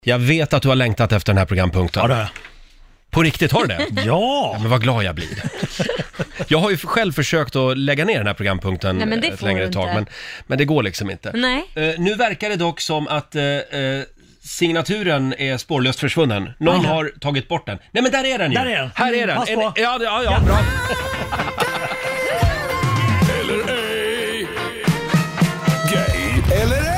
Jag vet att du har längtat efter den här programpunkten. Ja, det. På riktigt har du det? Ja! Men vad glad jag blir. Jag har ju själv försökt att lägga ner den här programpunkten. Nej, men det ett får längre du tag, inte. men det går liksom inte. Nej. Nu verkar det dock som att signaturen är spårlöst försvunnen. Någon har tagit bort den. Nej, men där är den ju. Där är den. Här är den. Pass på. Ja, bra. Eller ej. Gay eller ej.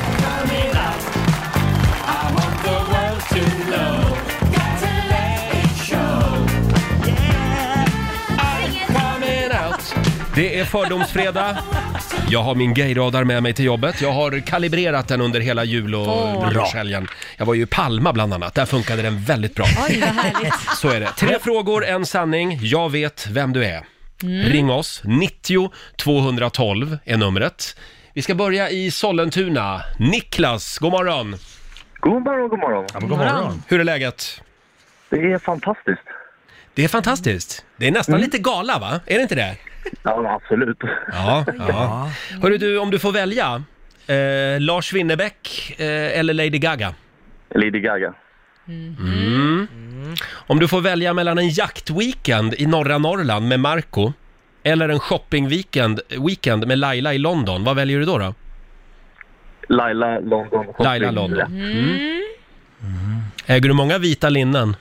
Det är fördomsfredag. Jag har min gayradar med mig till jobbet. Jag har kalibrerat den under hela jul- och nyårshelgen. Jag var ju i Palma bland annat. Där funkade den väldigt bra. Oj, vad härligt. Så är det. 3 frågor, en sanning. Jag vet vem du är. Ring oss. 90 212 är numret. Vi ska börja i Sollentuna. Niklas, god morgon. God morgon, god morgon. Ja, men god morgon. Hur är läget? Det är fantastiskt. Det är fantastiskt. Det är nästan lite gala, va? Är det inte det? Ja, absolut. Ja. Hörru du, om du får välja Lars Winnerbäck eller Lady Gaga? Lady Gaga. Om du får välja mellan en jaktweekend i norra Norrland med Marco eller en shoppingweekend med Laila i London, vad väljer du då? Laila London. Laila London. Äger du många vita linnen?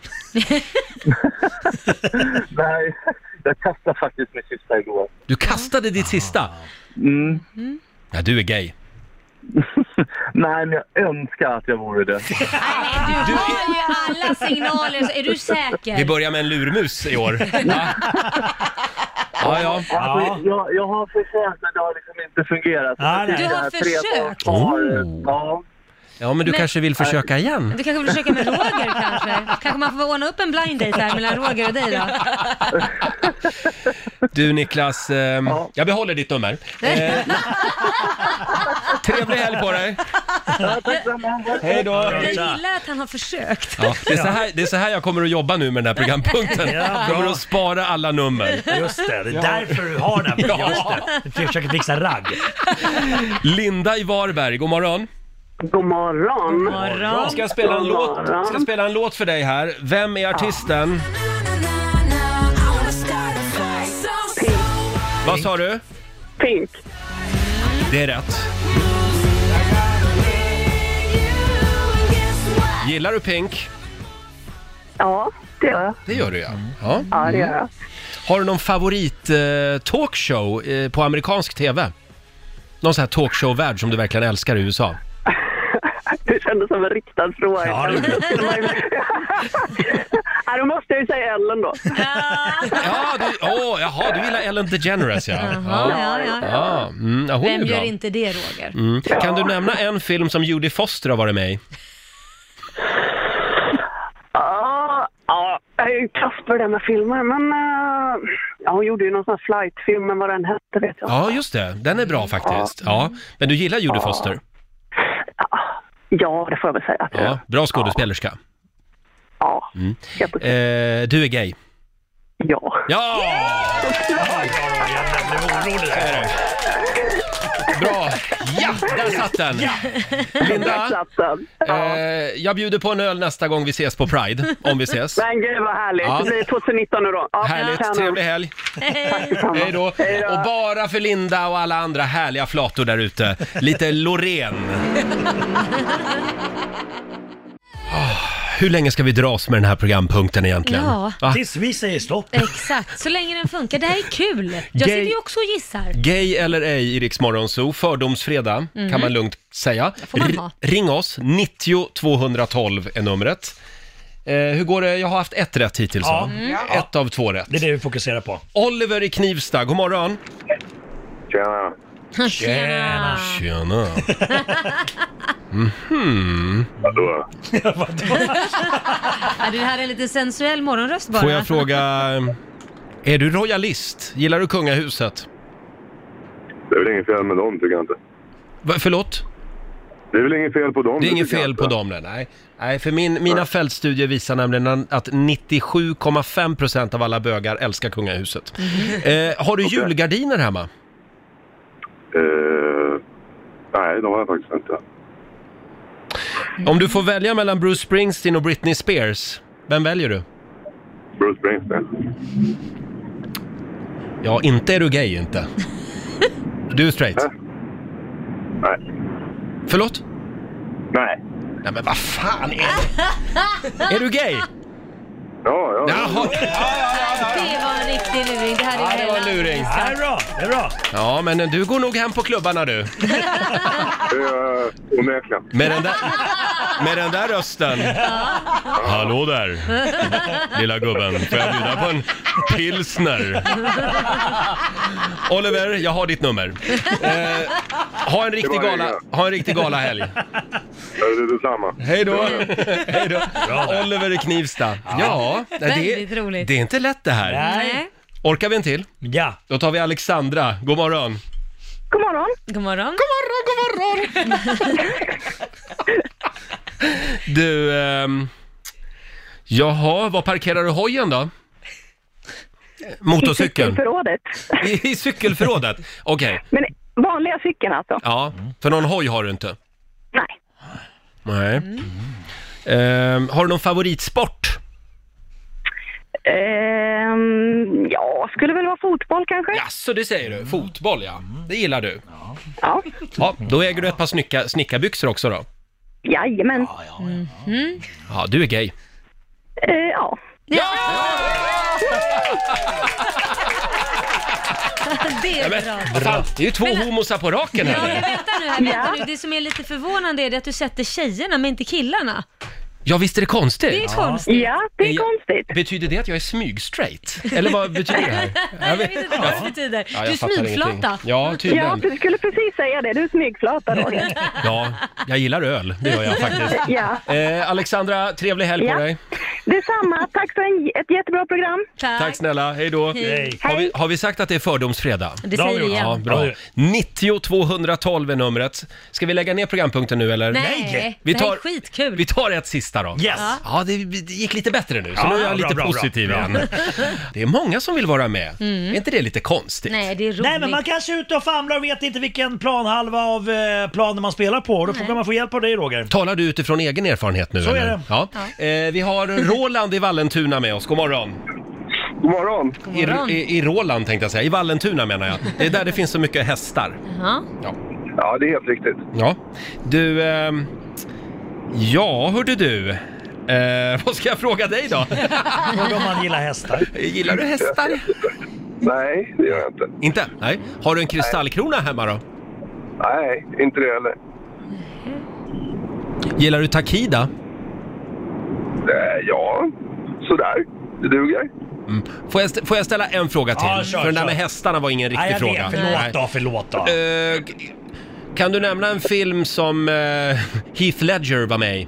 Nej, jag kastade faktiskt min sista igår. Du kastade ditt sista? Ja, du är gay. Nej, men jag önskar att jag vore det. Nej, du har ju alla signaler, så är du säker? Vi börjar med en lurmus i år. Ja. Alltså, jag har försökt, men det har liksom inte fungerat. Du har försökt? Ja. Ja, men du kanske vill försöka igen? Du kanske vill försöka med Roger kanske? Kanske man får ordna upp en blind date här mellan Roger och dig då? Du Niklas, jag behåller ditt nummer. Trevlig helg på dig. Hej då. Jag gillar att han har försökt. Ja, det är så här jag kommer att jobba nu med den här programpunkten. Jag kommer att spara alla nummer. Just det, det är därför du har den. Just det, du försöker fixa ragg. Linda i Varberg, god morgon. God morgon. Jag ska spela en låt för dig här. Vem är artisten? Vad sa du? Pink. Det är rätt. Gillar du Pink? Ja, det gör jag. Det gör du, ja. Ja, det gör jag. Har du någon favorit talkshow på amerikansk tv? Någon sån här talkshow-värld som du verkligen älskar i USA? Det kändes som en riktad fråga. Ja, Nej, då måste jag ju säga Ellen då. Du gillar Ellen DeGeneres, ja. Ja. Hon är Vem bra. gör inte det, Roger? Kan du nämna en film som Jodie Foster har varit med i? Ja, jag är ju kass på det med filmer, men hon gjorde ju någon sån här flight-film, men vad den hette vet jag. Ja, just det. Den är bra faktiskt. Ja. Men du gillar Jodie Foster? Ja, det får jag väl säga. Ja, bra skådespelerska. Ja, helt okej. Du är gay? Ja. Ja! Bra! Ja, där satt den! Linda, jag bjuder på en öl nästa gång vi ses på Pride, om vi ses. Men gud vad härligt, det blir 2019 nu då. Ja, härligt, trevlig helg. Hej då. Och bara för Linda och alla andra härliga flator där ute, lite Loreen. Hur länge ska vi dras med den här programpunkten egentligen? Ja. Tills vi säger stopp. Exakt, så länge den funkar. Det här är kul. Jag sitter ju också och gissar. Gay eller ej i Rix Morgon Zoo, fördomsfredag kan man lugnt säga. Ring oss, 90 212 är numret. Hur går det? Jag har haft 1 rätt hittills. Ja. 1 av 2 rätt. Det är det vi fokuserar på. Oliver i Knivsta, god morgon. Tjena. Tjena. Tjena. Vadå? Ja, det här är lite sensuell morgonröst bara. Får jag fråga, är du royalist? Gillar du kungahuset? Det är väl inget fel med dem, tycker jag inte. Förlåt? Det är väl inget fel på dem. Det är inget fel på dem, nej. Nej, för mina fältstudier visar nämligen att 97,5% av alla bögar älskar kungahuset. Har du julgardiner hemma? Nej, de har jag faktiskt inte. Om du får välja mellan Bruce Springsteen och Britney Spears, vem väljer du? Bruce Springsteen. Ja, inte är du gay inte. Du är straight. Nej. Förlåt? Nej. Nej men vad fan är det? Är du gay? Ja. Jaha. Det var en riktig luring. Det här är Det var en luring. Det är bra, det är bra. Ja, men du går nog hem på klubbarna du. Det är onekligen. Med den där rösten. Hallå där, lilla gubben. Får jag bjuda på en pilsner? Oliver, jag har ditt nummer. Ha en riktig galahelg. Det är detsamma. Hej då. Hej då. Oliver i Knivsta. Ja, Väldigt roligt. det är inte lätt det här. Nej. Orkar vi en till? Ja. Då tar vi Alexandra. God morgon. God morgon. God morgon. God morgon. Du, jaha, var parkerar du hojen då? Motorcykeln? Cykelförrådet. I cykelförrådet? Okej. Men vanliga cykeln alltså? Ja, för någon hoj har du inte? Nej. Nej. Har du någon favoritsport? Ja, skulle väl vara fotboll kanske? Jaså, det säger du. Fotboll, ja. Det gillar du. Ja. Ja, då äger du ett par snickarbyxor också då? Jajamän. Ja, du är gay. Ja. Det är bra. Fan, det är ju två homosar på raken Ja, här. vänta nu. Det som är lite förvånande är att du sätter tjejerna men inte killarna. Ja, visst är det konstigt? Det är konstigt. Ja, det är konstigt. Betyder det att jag är smygstraight? Eller vad betyder det här? Jag vet inte vad det betyder. Ja, Du jag fattar smygflata. ingenting. Ja, Ja, tydligen. du skulle precis säga det. Du smygflata, Roger. Ja, jag gillar öl. Det gör jag faktiskt. Ja. Alexandra, trevlig helg på Ja. dig. Detsamma. Tack för ett jättebra program. Tack snälla, hej då. Hej. Har vi sagt att det är fördomsfredag? Det säger vi Ja, igen. bra. 90 212 är numret. Ska vi lägga ner programpunkten nu eller? Nej, Vi det här tar- är skitkul. Vi tar ett sista då. Yes. Ja, det gick lite bättre nu, så Ja, nu är jag bra, lite bra, positiv bra. igen. Det är många som vill vara med. Är inte det lite konstigt? Nej, det är roligt. Nej, men man kanske är ute och famlar och vet inte vilken planhalva av planen man spelar på. Då får man få hjälp av dig, Roger. Talar du utifrån egen erfarenhet nu? Så är eller? det. Ja. Vi har Roland i Vallentuna med oss. God morgon. God morgon. morgon. I Roland tänkte jag säga. I Vallentuna menar jag. Det är där det finns så mycket hästar. Ja. Ja. Ja, det är helt riktigt. Ja. Du, ja hörde du. Vad ska jag fråga dig då? Fråga om man gillar hästar. Gillar du hästar? Nej, det gör jag inte. Inte? Nej. Har du en kristallkrona hemma då? Nej, inte det heller. Gillar du Takida? Ja, sådär. Det duger. Får jag ställa en fråga till? Ja, kör, För den där kör. med hästarna var ingen riktig Nej, jag fråga. vet. Förlåt då. Kan du nämna en film som Heath Ledger var med i?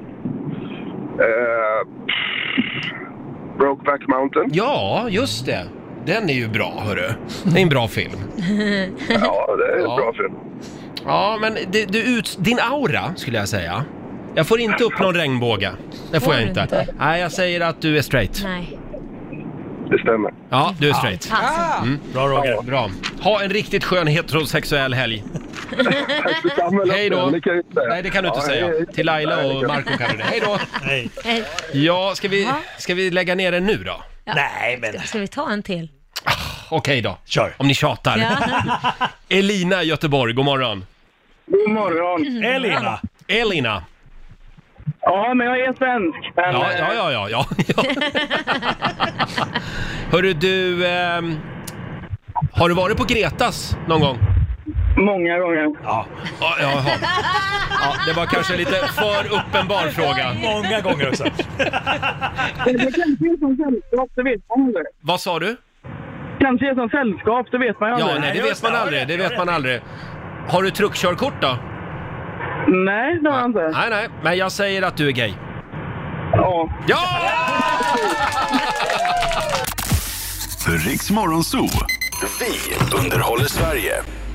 Brokeback Mountain. Ja, just det. Den är ju bra, hörru. Det är en bra film. Ja, det är en Ja. bra film. Ja, men din aura, skulle jag säga. Jag får inte upp någon regnbåge. Det får Får jag du inte. inte? Nej, jag säger att du är straight. Nej. Det stämmer. Ja, du är straight. Pass. Bra, Roger. Bra. Ha en riktigt skön heterosexuell helg. Tack detsamma. Hej då. Det kan jag inte säga. Nej, det kan du inte Ja, säga. hej. Till Laila Nej, det och kan- Marco kan du det. Hej då. Hej. Hej. Ja, ska vi lägga ner den nu då? Nej, men... Ska vi ta en till? Okej då. Kör. Om ni tjatar. Ja. Elina i Göteborg, god morgon. God morgon. Elina. Elina. Ja, men jag är svensk. Men, Ja. Hörru du, har du varit på Gretas någon gång? Många gånger. Ja, Ja, jaha. Ja, det var kanske lite för uppenbar fråga. många gånger också. Det kanske är som sällskap, det vet man aldrig. Vad sa du? Kanske är som sällskap, det vet man ju Ja, aldrig. nej, det just vet man det. aldrig. Det vet man aldrig. Har du truckkörkort då? Nej, det har jag inte. Nej, men jag säger att du är gay. Ja. Ja! Riks Morgonzoo. Vi underhåller Sverige.